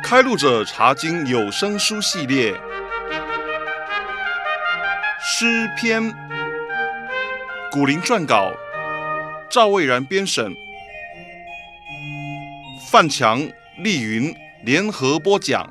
开路者查经有声书系列诗篇，古灵撰稿，赵蔚然编审，范强、丽云联合播讲。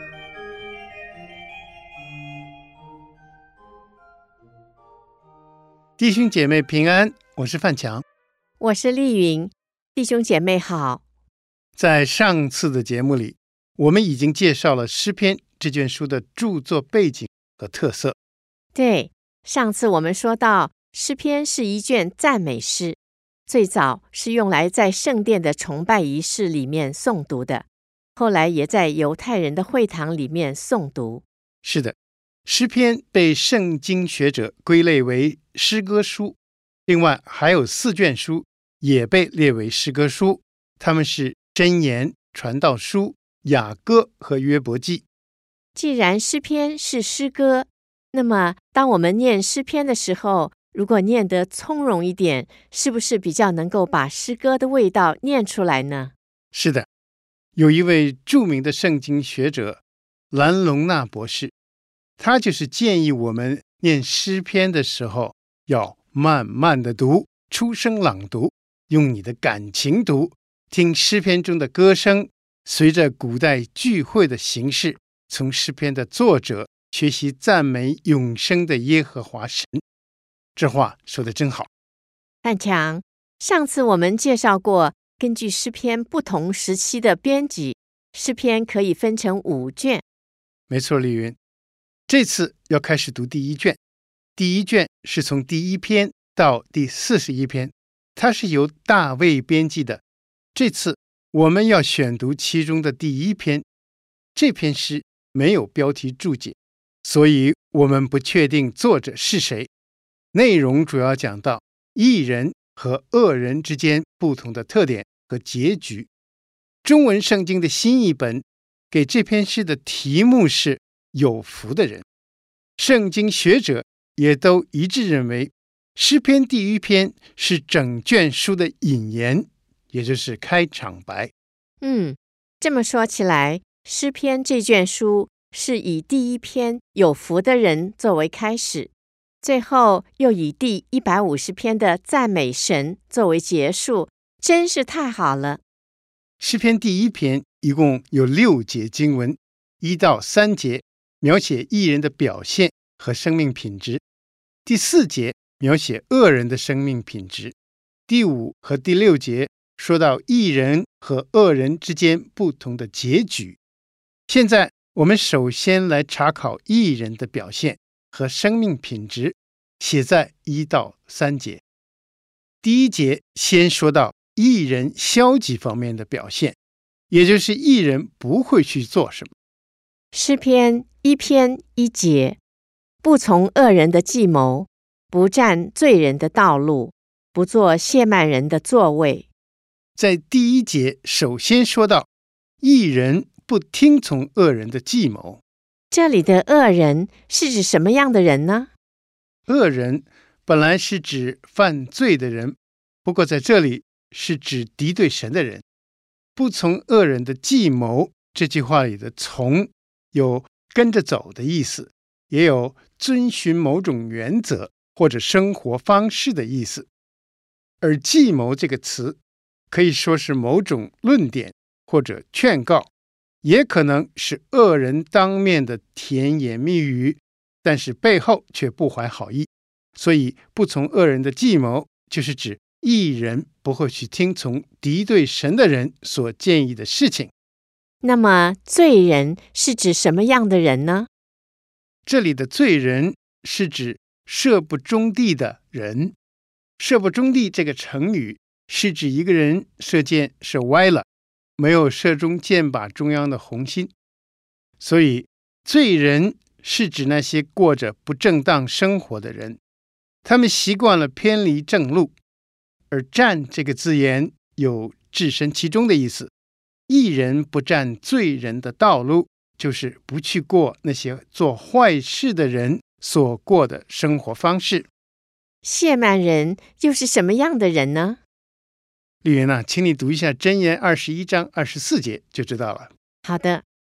弟兄姐妹平安，我是范强， 我是丽云，弟兄姐妹好。 在上次的节目里，我们已经介绍了诗篇这卷书的著作背景和特色。 对，上次我们说到，诗篇是一卷赞美诗，最早是用来在圣殿的崇拜仪式里面诵读的，后来也在犹太人的会堂里面诵读。 是的，诗篇被圣经学者归类为诗歌书，另外还有4卷书也被列为诗歌书，它们是箴言、传道书、雅歌和约伯记。 既然诗篇是诗歌，那么当我们念诗篇的时候，如果念得从容一点，是不是比较能够把诗歌的味道念出来呢？ 是的，有一位著名的圣经学者兰隆纳博士，他就是建议我们念诗篇的时候要慢慢的读，出声朗读，用你的感情读，听诗篇中的歌声，随着古代聚会的形式，从诗篇的作者学习赞美永生的耶和华神。这话说得真好。 范强，上次我们介绍过，根据诗篇不同时期的编辑，诗篇可以分成5卷。 没错，丽云，这次要开始读第1卷。第1卷是从第1篇到第41篇，它是由大卫编辑的。这次我们要选读其中的第1篇，这篇诗没有标题注解，所以我们不确定作者是谁。内容主要讲到义人和恶人之间不同的特点和结局。中文圣经的新译本给这篇诗的题目是有福的人。圣经学者也都一致认为，诗篇第1篇是整卷书的引言，也就是开场白。 这么说起来，诗篇这卷书是以第1篇有福的人作为开始，最后又以第150篇的赞美神作为结束，真是太好了。 诗篇第1篇一共有6节经文，1到3节描写义人的表现和生命品质，第4节描写恶人的生命品质，第5和第6节说到义人和恶人之间不同的结局。现在我们首先来查考义人的表现和生命品质，写在1到3节。第1节先说到义人消极方面的表现，也就是义人不会去做什么。 诗篇1篇1节，不从恶人的计谋，不占罪人的道路，不做亵慢人的座位。 在第1节首先说到义人不听从恶人的计谋。 这里的恶人是指什么样的人呢？ 恶人本来是指犯罪的人，不过在这里是指敌对神的人。不从恶人的计谋，这句话里的从有跟着走的意思，也有遵循某种原则或者生活方式的意思。而计谋这个词可以说是某种论点或者劝告，也可能是恶人当面的甜言蜜语，但是背后却不怀好意。所以不从恶人的计谋，就是指义人不会去听从敌对神的人所建议的事情。 那么罪人是指什么样的人呢？ 这里的罪人是指射不中地的人。射不中地这个成语是指一个人射箭射歪了，没有射中箭靶中央的红心。所以罪人是指那些过着不正当生活的人，他们习惯了偏离正路。而占这个字眼有置身其中的意思，义人不占罪人的道路，就是不去过那些做坏事的人所过的生活方式。 亵慢人又是什么样的人呢？ 丽云请你读一下箴言21章24节就知道了。 好的，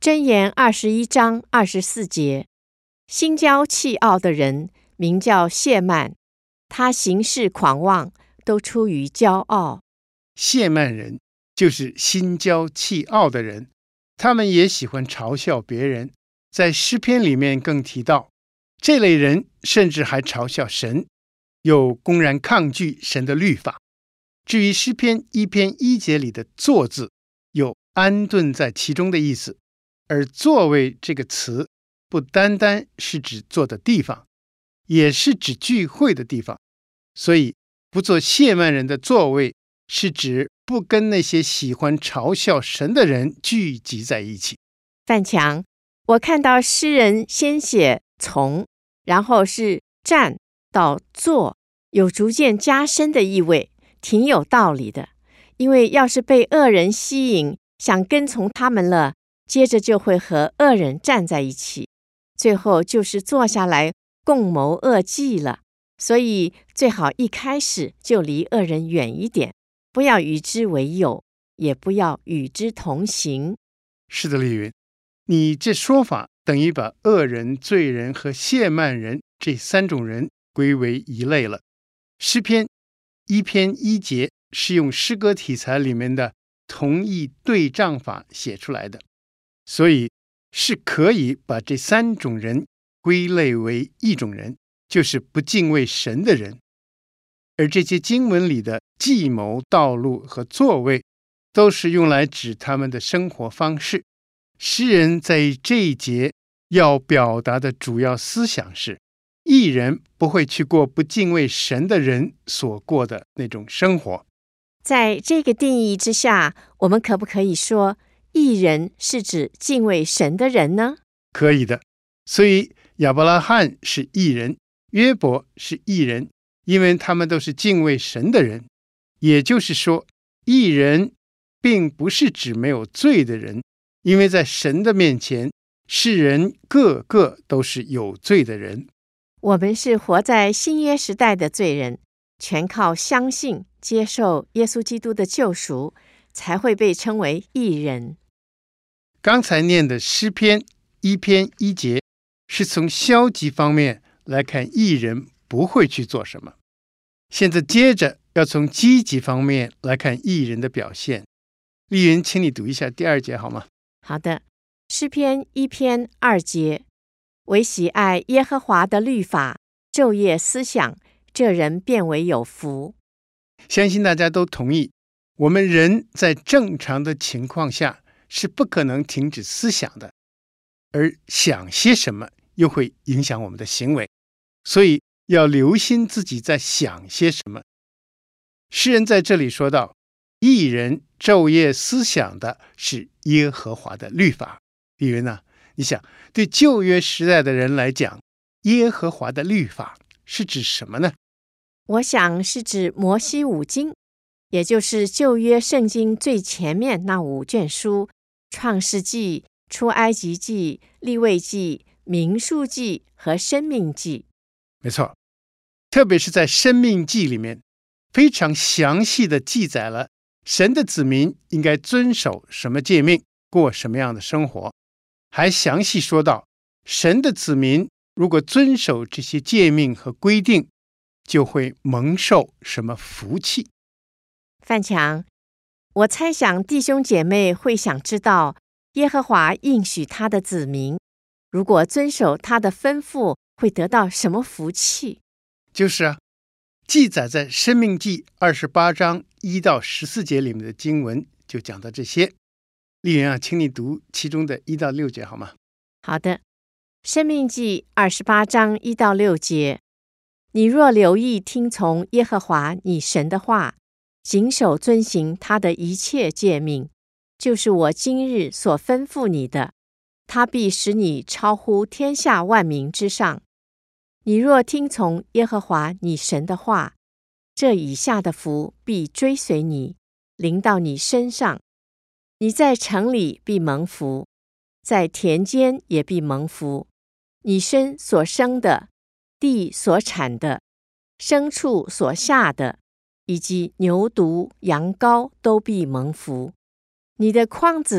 箴言21章24节，心骄气傲的人名叫谢曼，他行事狂妄，都出于骄傲。 谢曼人就是心骄气傲的人，他们也喜欢嘲笑别人。在诗篇里面更提到，这类人甚至还嘲笑神，又公然抗拒神的律法。至于诗篇1篇1节里的坐字，有安顿在其中的意思，而座位这个词不单单是指坐的地方，也是指聚会的地方。所以不做谢曼人的座位，是指不跟那些喜欢嘲笑神的人聚集在一起。 范强，我看到诗人先写从，然后是站到坐，有逐渐加深的意味，挺有道理的。因为要是被恶人吸引，想跟从他们了，接着就会和恶人站在一起，最后就是坐下来共谋恶计了。所以最好一开始就离恶人远一点，不要与之为友，也不要与之同行。 是的，丽云，你这说法等于把恶人、罪人和谢曼人这3种人归为一类了。诗篇1篇1节是用诗歌题材里面的同义对仗法写出来的，所以是可以把这3种人归类为一种人，就是不敬畏神的人。而这些经文里的计谋、道路和座位，都是用来指他们的生活方式。诗人在这一节要表达的主要思想是，义人不会去过不敬畏神的人所过的那种生活。 在这个定义之下，我们可不可以说义人是指敬畏神的人呢？ 可以的。所以亚伯拉罕是义人，约伯是义人，因为他们都是敬畏神的人。也就是说，义人并不是指没有罪的人，因为在神的面前，世人个个都是有罪的人。 我们是活在新约时代的罪人，全靠相信接受耶稣基督的救赎，才会被称为义人。 刚才念的诗篇1篇1节是从消极方面来看义人不会去做什么，现在接着要从积极方面来看义人的表现。丽云，请你读一下第2节好吗？ 好的，诗篇1篇2节，唯喜爱耶和华的律法，昼夜思想，这人便为有福。 相信大家都同意，我们人在正常的情况下是不可能停止思想的，而想些什么又会影响我们的行为，所以要留心自己在想些什么。诗人在这里说到，义人昼夜思想的是耶和华的律法。丽云啊，你想，对旧约时代的人来讲，耶和华的律法是指什么呢？ 我想是指摩西五经，也就是旧约圣经最前面那5卷书，创世纪、出埃及记、利未记、民数记和申命记。 没错，特别是在申命记里面，非常详细的记载了神的子民应该遵守什么诫命，过什么样的生活，还详细说到神的子民如果遵守这些诫命和规定，就会蒙受什么福气。 范强，我猜想弟兄姐妹会想知道，耶和华应许他的子民，如果遵守他的吩咐，会得到什么福气？ 就是啊，记载在申命记28章1到14节里面的经文就讲到这些。丽云啊，请你读其中的1到6节好吗？ 好的，申命记28章1到6节，你若留意听从耶和华你神的话，谨守遵行他的一切诫命，就是我今日所吩咐你的，他必使你超乎天下万民之上。你若听从耶和华你神的话，这以下的福必追随你，临到你身上。你在城里必蒙福，在田间也必蒙福。你身所生的，地所产的，牲畜所下的，以及牛犊、羊羔都必蒙福。你的筐子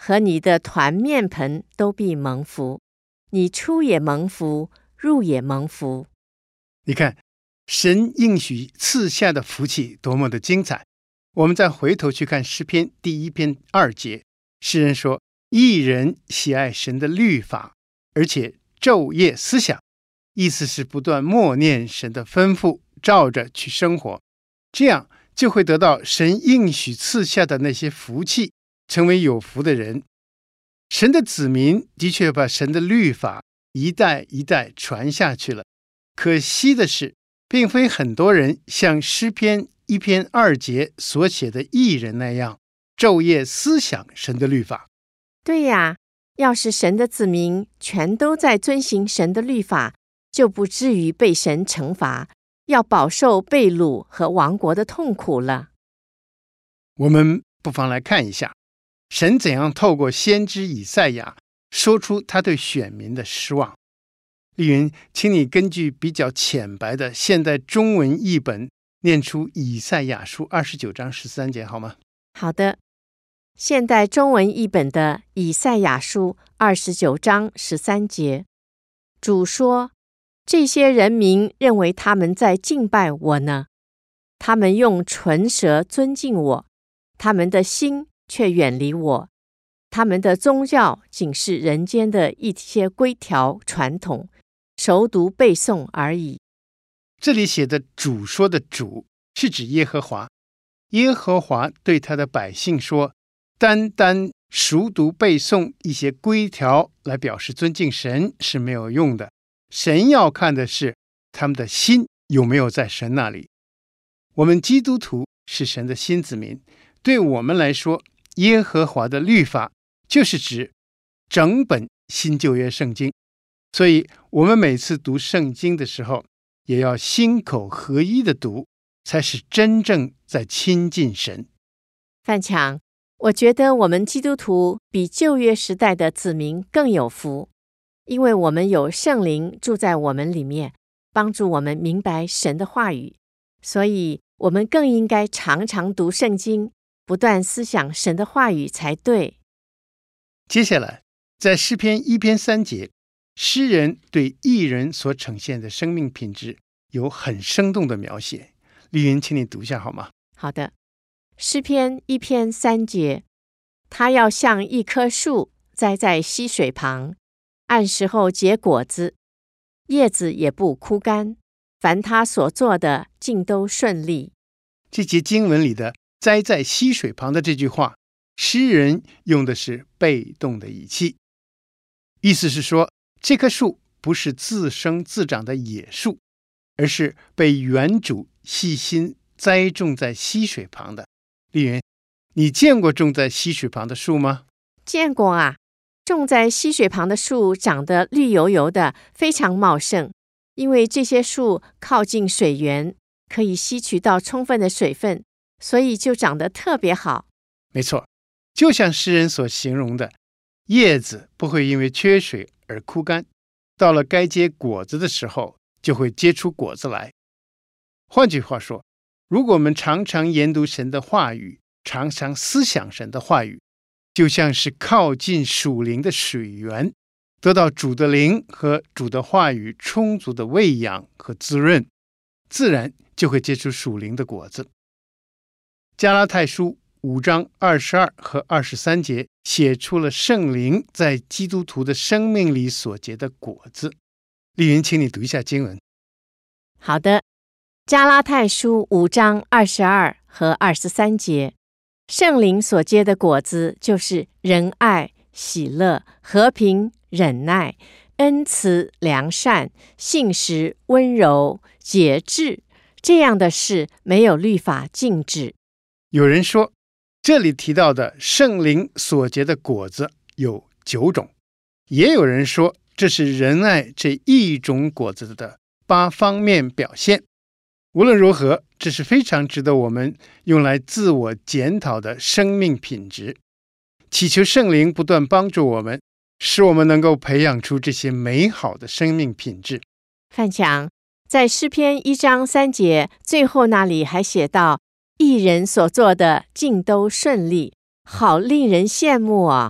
和你的团面盆都必蒙福，你出也蒙福，入也蒙福。 你看，神应许赐下的福气多么的精彩。我们再回头去看诗篇第1篇2节，诗人说，义人喜爱神的律法，而且昼夜思想，意思是不断默念神的吩咐，照着去生活，这样就会得到神应许赐下的那些福气，成为有福的人。神的子民的确把神的律法一代一代传下去了，可惜的是，并非很多人像诗篇1篇2节所写的义人那样，昼夜思想神的律法。 对呀，要是神的子民全都在遵行神的律法，就不至于被神惩罚，要饱受被掳和亡国的痛苦了。 我们不妨来看一下，神怎样透过先知以赛亚说出他对选民的失望。丽云，请你根据比较浅白的现代中文译本念出以赛亚书29章13节好吗？ 好的，现代中文译本的以赛亚书29章13节，主说，这些人民认为他们在敬拜我呢，他们用唇舌尊敬我，他们的心却远离我，他们的宗教仅是人间的一些规条传统，熟读背诵而已。 这里写的主说的主是指耶和华，耶和华对他的百姓说，单单熟读背诵一些规条来表示尊敬神是没有用的，神要看的是他们的心有没有在神那里。我们基督徒是神的新子民，对我们来说，耶和华的律法就是指整本新旧约圣经，所以我们每次读圣经的时候，也要心口合一的读，才是真正在亲近神。 范强，我觉得我们基督徒比旧约时代的子民更有福，因为我们有圣灵住在我们里面，帮助我们明白神的话语，所以我们更应该常常读圣经，不断思想神的话语才对。 接下来，在诗篇1篇3节，诗人对义人所呈现的生命品质有很生动的描写。丽云，请你读一下好吗？ 好的，诗篇1篇3节，他要像一棵树栽在溪水旁，按时候结果子，叶子也不枯干，凡他所做的尽都顺利。 这节经文里的栽在溪水旁的这句话，诗人用的是被动的语气，意思是说，这棵树不是自生自长的野树，而是被原主细心栽种在溪水旁的。丽云，你见过种在溪水旁的树吗？ 见过啊，种在溪水旁的树长得绿油油的，非常茂盛，因为这些树靠近水源，可以吸取到充分的水分，所以就长得特别好。 没错，就像诗人所形容的，叶子不会因为缺水而枯干，到了该结果子的时候，就会结出果子来。换句话说，如果我们常常研读神的话语，常常思想神的话语，就像是靠近属灵的水源，得到主的灵和主的话语充足的喂养和滋润，自然就会结出属灵的果子。加拉太书5章22和23节写出了圣灵在基督徒的生命里所结的果子。丽云，请你读一下经文。 好的，加拉太书5章22和23节，圣灵所结的果子就是仁爱、喜乐、和平、忍耐、恩慈、良善、信实、温柔、节制，这样的事没有律法禁止。 有人说，这里提到的圣灵所结的果子有9种，也有人说这是仁爱这一种果子的8方面表现。无论如何，这是非常值得我们用来自我检讨的生命品质。祈求圣灵不断帮助我们，使我们能够培养出这些美好的生命品质。 范强，在诗篇1章3节最后那里还写到，义人所做的尽都顺利，好令人羡慕啊！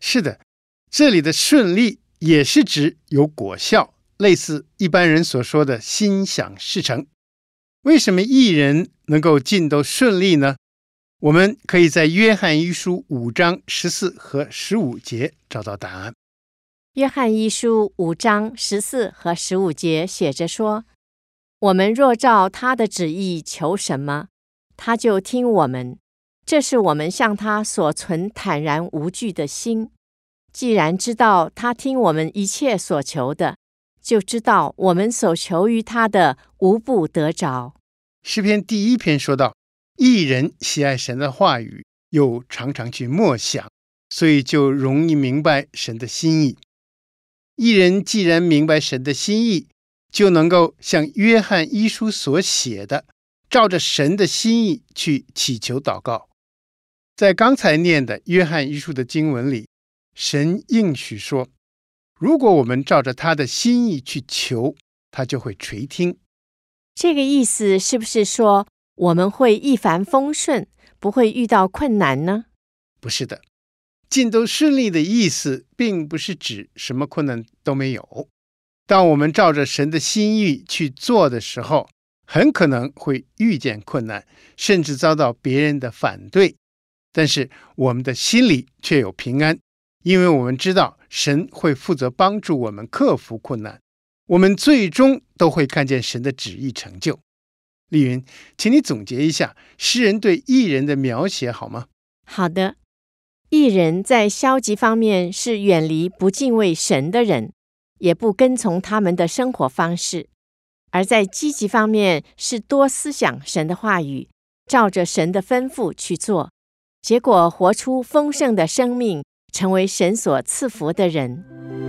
是的，这里的顺利也是指有果效，类似一般人所说的心想事成。为什么义人能够尽都顺利呢？我们可以在约翰一书5章14和15节找到答案。 约翰一书5章14和15节写着说：我们若照他的旨意求什么，他就听我们。这是我们向他所存坦然无惧的心。既然知道他听我们一切所求的，就知道我们所求于他的无不得着。 诗篇第1篇说到，义人喜爱神的话语，又常常去默想，所以就容易明白神的心意。义人既然明白神的心意，就能够像约翰一书所写的，照着神的心意去祈求祷告。在刚才念的约翰一书的经文里，神应许说，如果我们照着他的心意去求，他就会垂听。 这个意思是不是说我们会一帆风顺，不会遇到困难呢？ 不是的，尽都顺利的意思并不是指什么困难都没有。当我们照着神的心意去做的时候，很可能会遇见困难，甚至遭到别人的反对。但是我们的心里却有平安，因为我们知道神会负责帮助我们克服困难，我们最终都会看见神的旨意成就。丽云，请你总结一下诗人对义人的描写好吗？ 好的，义人在消极方面是远离不敬畏神的人，也不跟从他们的生活方式；而在积极方面是多思想神的话语，照着神的吩咐去做，结果活出丰盛的生命，成为神所赐福的人。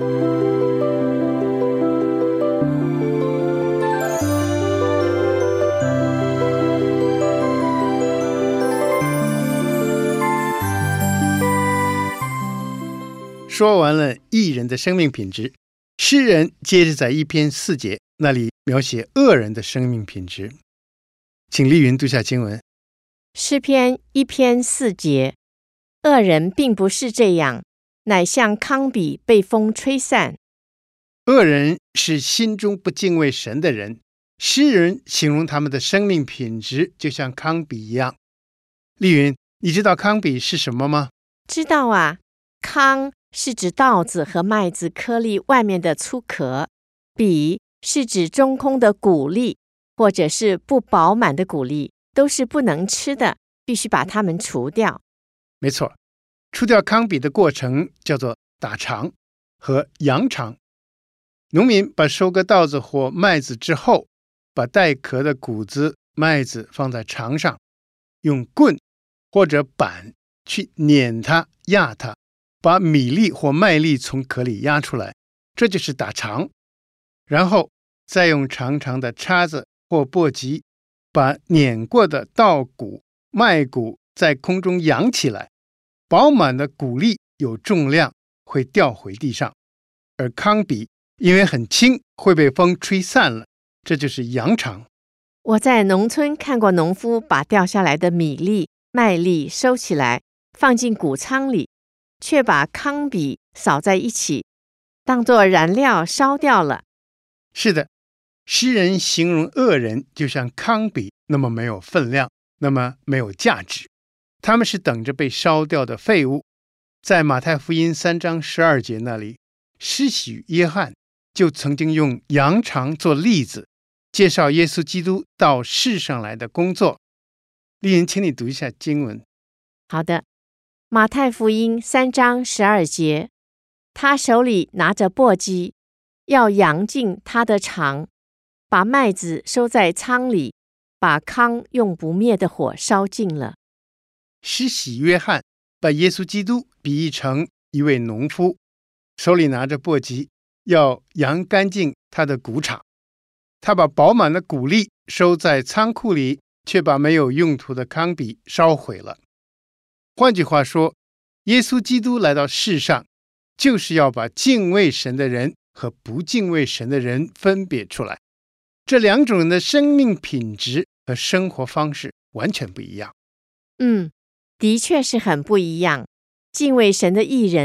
说完了义人的生命品质，诗人接着在1篇4节那里描写恶人的生命品质。请丽云读下经文。 诗篇1篇4节，恶人并不是这样，乃像糠秕被风吹散。 恶人是心中不敬畏神的人，诗人形容他们的生命品质就像糠秕一样。丽云，你知道糠秕是什么吗？ 知道啊，糠是指稻子和麦子颗粒外面的粗壳，秕是指中空的谷粒，或者是不饱满的谷粒，都是不能吃的，必须把它们除掉。 没错，除掉糠秕的过程叫做打肠和扬肠。农民把收割稻子或麦子之后，把带壳的谷子、麦子放在肠上，用棍或者板去碾它、压它，把米粒或麦粒从壳里压出来，这就是打肠。然后再用长长的叉子或簸箕把碾过的稻谷、麦谷在空中扬起来，饱满的谷粒有重量，会掉回地上，而糠秕因为很轻，会被风吹散了，这就是扬肠。 我在农村看过农夫把掉下来的米粒、麦粒收起来，放进谷仓里，却把糠秕扫在一起，当作燃料烧掉了。 是的，诗人形容恶人就像糠秕那么没有分量，那么没有价值，他们是等着被烧掉的废物。在马太福音3章12节那里，施洗约翰就曾经用羊肠做例子，介绍耶稣基督到世上来的工作。丽人，请你读一下经文。 好的，马太福音3章12节，他手里拿着簸箕，要扬尽他的肠，把麦子收在仓里，把糠用不灭的火烧尽了。 施洗约翰把耶稣基督比喻成一位农夫，手里拿着簸箕，要扬干净他的谷场。他把饱满的谷粒收在仓库里，却把没有用途的糠秕烧毁了。换句话说，耶稣基督来到世上，就是要把敬畏神的人和不敬畏神的人分别出来。这两种人的生命品质和生活方式完全不一样。 的确是很不一样。敬畏神的义人，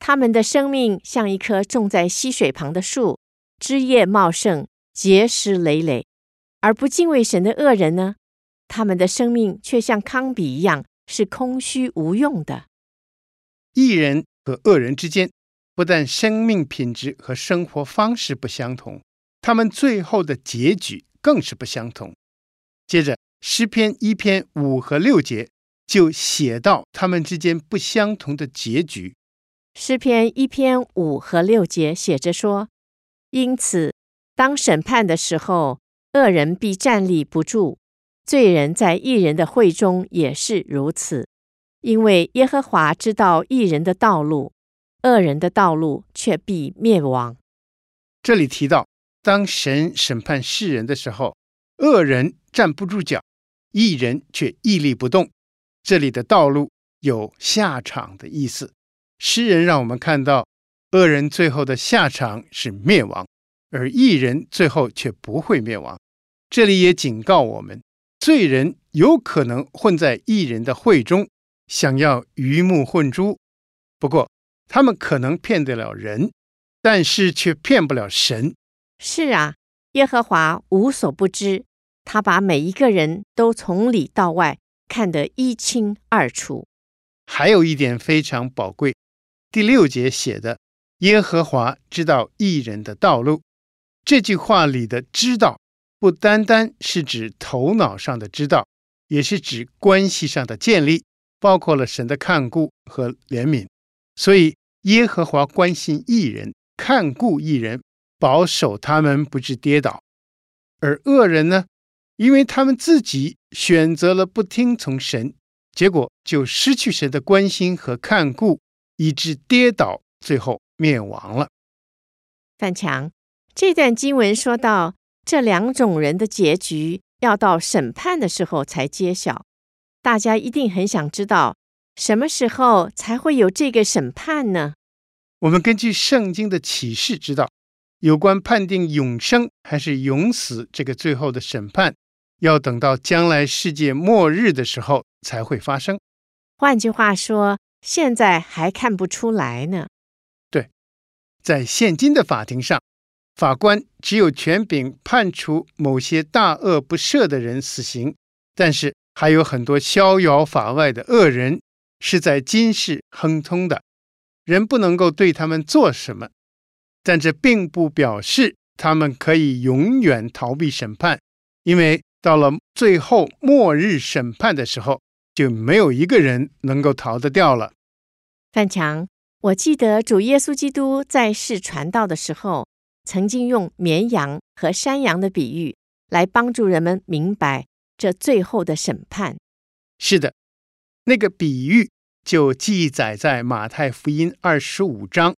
他们的生命像一棵种在溪水旁的树，枝叶茂盛，结实累累。而不敬畏神的恶人呢，他们的生命却像糠秕一样，是空虚无用的。 义人和恶人之间，不但生命品质和生活方式不相同，他们最后的结局更是不相同。接着诗篇1篇5和6节就写到他们之间不相同的结局。 诗篇1篇5和6节写着说：因此当审判的时候，恶人必站立不住，罪人在义人的会中也是如此。因为耶和华知道义人的道路，恶人的道路却必灭亡。 这里提到，当神审判世人的时候，恶人站不住脚，义人却屹立不动。这里的道路有下场的意思。诗人让我们看到，恶人最后的下场是灭亡，而义人最后却不会灭亡。这里也警告我们，罪人有可能混在义人的会中，想要鱼目混珠。不过他们可能骗得了人，但是却骗不了神。 是啊，耶和华无所不知，他把每一个人都从里到外看得一清二楚。 还有一点非常宝贵，第6节写的耶和华知道义人的道路。这句话里的知道不单单是指头脑上的知道，也是指关系上的建立，包括了神的看顾和怜悯。所以耶和华关心义人，看顾义人，保守他们不致跌倒。而恶人呢，因为他们自己选择了不听从神，结果就失去神的关心和看顾，以致跌倒，最后灭亡了。 范强，这段经文说到，这两种人的结局要到审判的时候才揭晓。大家一定很想知道，什么时候才会有这个审判呢？ 我们根据圣经的启示知道，有关判定永生还是永死这个最后的审判，要等到将来世界末日的时候才会发生。 换句话说，现在还看不出来呢。 对，在现今的法庭上，法官只有权柄判处某些大恶不赦的人死刑，但是还有很多逍遥法外的恶人是在今世亨通的，人不能够对他们做什么。但这并不表示他们可以永远逃避审判，因为到了最后末日审判的时候，就没有一个人能够逃得掉了。 范强，我记得主耶稣基督在世传道的时候，曾经用绵羊和山羊的比喻来帮助人们明白这最后的审判。 是的，那个比喻就记载在马太福音25章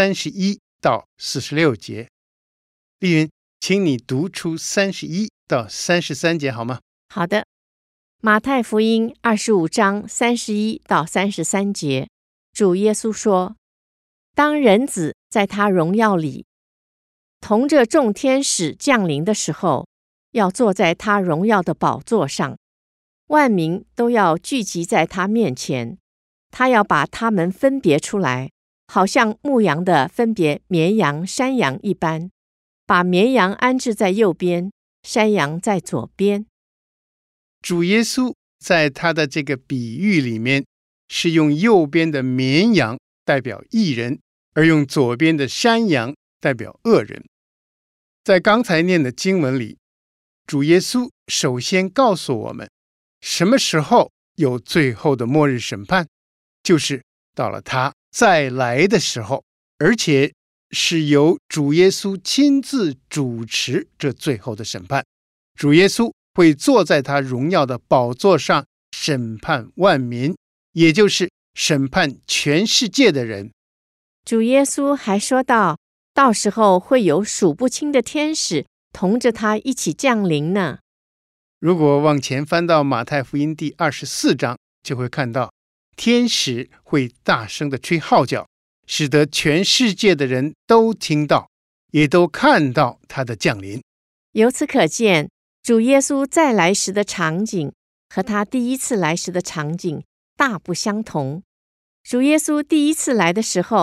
31到46节。丽云，请你读出31到33节好吗？ 好的，马太福音25章31到33节，主耶稣说：当人子在他荣耀里同着众天使降临的时候，要坐在他荣耀的宝座上，万民都要聚集在他面前，他要把他们分别出来，好像牧羊的分别绵羊山羊一般，把绵羊安置在右边，山羊在左边。 主耶稣在他的这个比喻里面，是用右边的绵羊代表义人，而用左边的山羊代表恶人。在刚才念的经文里，主耶稣首先告诉我们，什么时候有最后的末日审判，就是到了他再来的时候，而且是由主耶稣亲自主持这最后的审判。主耶稣会坐在他荣耀的宝座上，审判万民，也就是审判全世界的人。 主耶稣还说到，到时候会有数不清的天使同着他一起降临呢。 如果往前翻到马太福音第24章，就会看到天使会大声的吹号角，使得全世界的人都听到，也都看到他的降临。 由此可见，主耶稣再来时的场景和他第一次来时的场景大不相同。主耶稣第一次来的时候，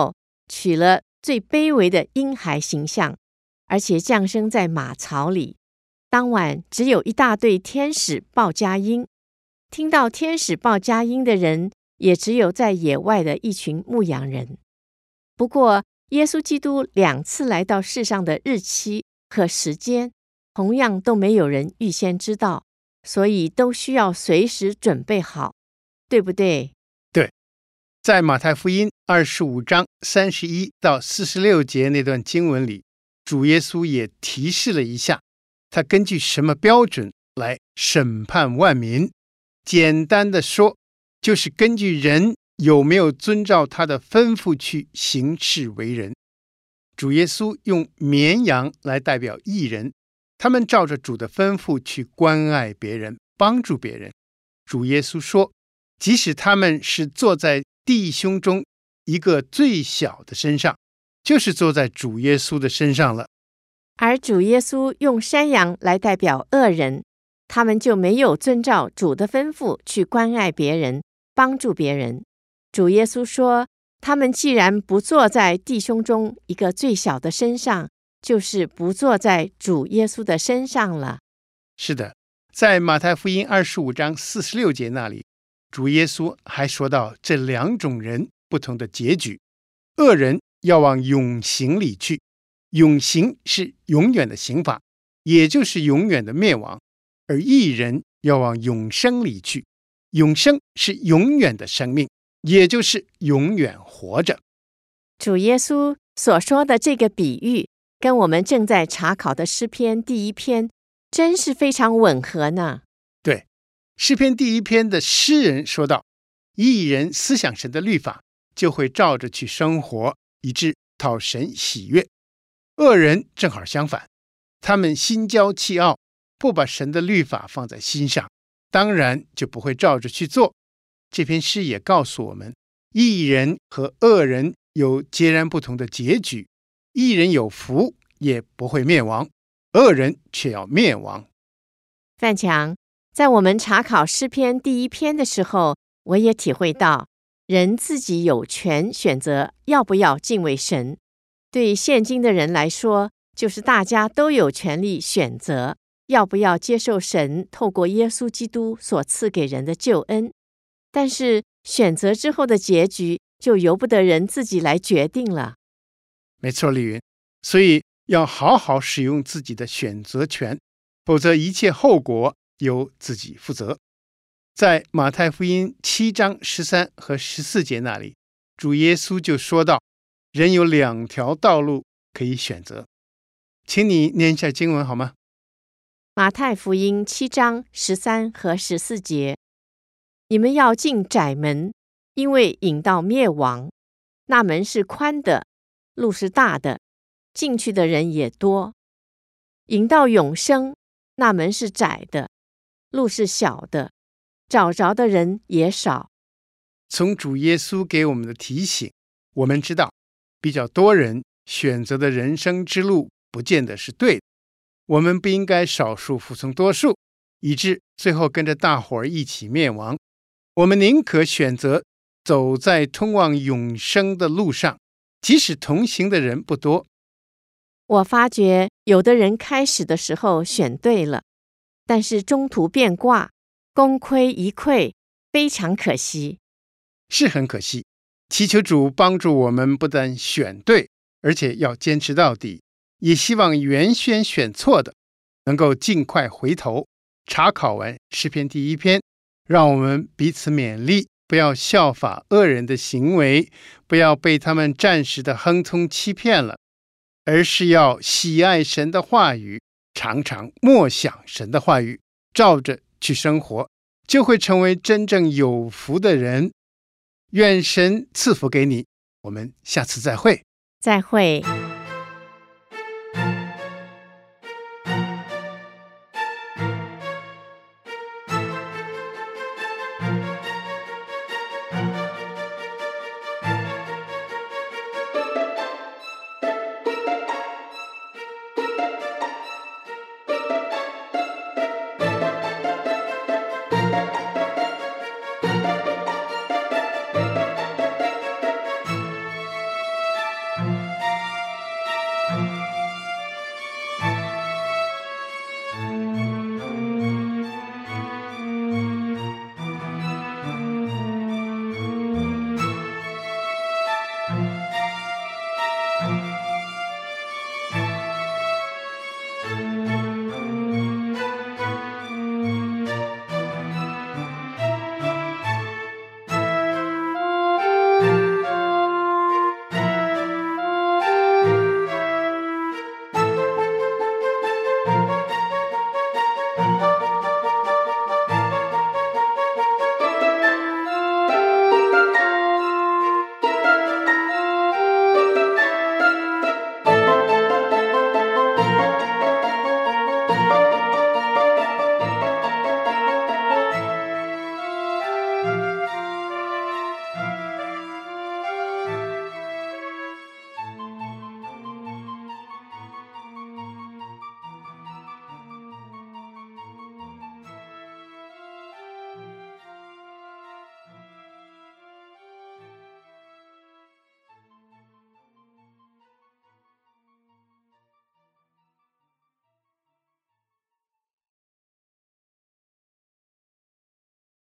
取了最卑微的婴孩形象，而且降生在马槽里。当晚只有一大队天使报佳音，听到天使报佳音的人，也只有在野外的一群牧羊人。不过，耶稣基督2次来到世上的日期和时间，同样都没有人预先知道，所以都需要随时准备好，对不对？ 对，在马太福音25章31到46节那段经文里，主耶稣也提示了一下，他根据什么标准来审判万民。简单的说，就是根据人有没有遵照他的吩咐去行事为人。主耶稣用绵羊来代表义人，他们照着主的吩咐去关爱别人，帮助别人。主耶稣说，即使他们是坐在弟兄中一个最小的身上，就是坐在主耶稣的身上了。 而主耶稣用山羊来代表恶人，他们就没有遵照主的吩咐去关爱别人，帮助别人。主耶稣说，他们既然不坐在弟兄中一个最小的身上，就是不坐在主耶稣的身上了。 是的，在马太福音25章46节那里，主耶稣还说到这2种人不同的结局。恶人要往永刑里去，永刑是永远的刑罚，也就是永远的灭亡；而义人要往永生里去，永生是永远的生命，也就是永远活着。 主耶稣所说的这个比喻，跟我们正在查考的诗篇第1篇真是非常吻合呢。 对，诗篇第1篇的诗人说道，义人思想神的律法，就会照着去生活，以致讨神喜悦。恶人正好相反，他们心骄气傲，不把神的律法放在心上，当然就不会照着去做。这篇诗也告诉我们，义人和恶人有截然不同的结局，义人有福，也不会灭亡，恶人却要灭亡。 范强，在我们查考诗篇第1篇的时候，我也体会到，人自己有权选择要不要敬畏神。对现今的人来说，就是大家都有权利选择要不要接受神透过耶稣基督所赐给人的救恩。但是选择之后的结局，就由不得人自己来决定了。 没错，丽云，所以要好好使用自己的选择权，否则一切后果由自己负责。在马太福音7章13和14节那里，主耶稣就说到，人有2条道路可以选择。请你念一下经文好吗？ 马太福音7章13和14节，你们要进窄门，因为引到灭亡，那门是宽的，路是大的，进去的人也多；引到永生，那门是窄的，路是小的，找着的人也少。 从主耶稣给我们的提醒，我们知道比较多人选择的人生之路不见得是对的。我们不应该少数服从多数，以致最后跟着大伙儿一起灭亡。我们宁可选择走在通往永生的路上，即使同行的人不多。 我发觉有的人开始的时候选对了，但是中途变卦，功亏一篑，非常可惜。 是很可惜，祈求主帮助我们，不但选对，而且要坚持到底。也希望原先选错的能够尽快回头查考完诗篇第1篇，让我们彼此勉励，不要效法恶人的行为，不要被他们暂时的亨通欺骗了，而是要喜爱神的话语，常常默想神的话语，照着去生活，就会成为真正有福的人。愿神赐福给你，我们下次再会。 再会。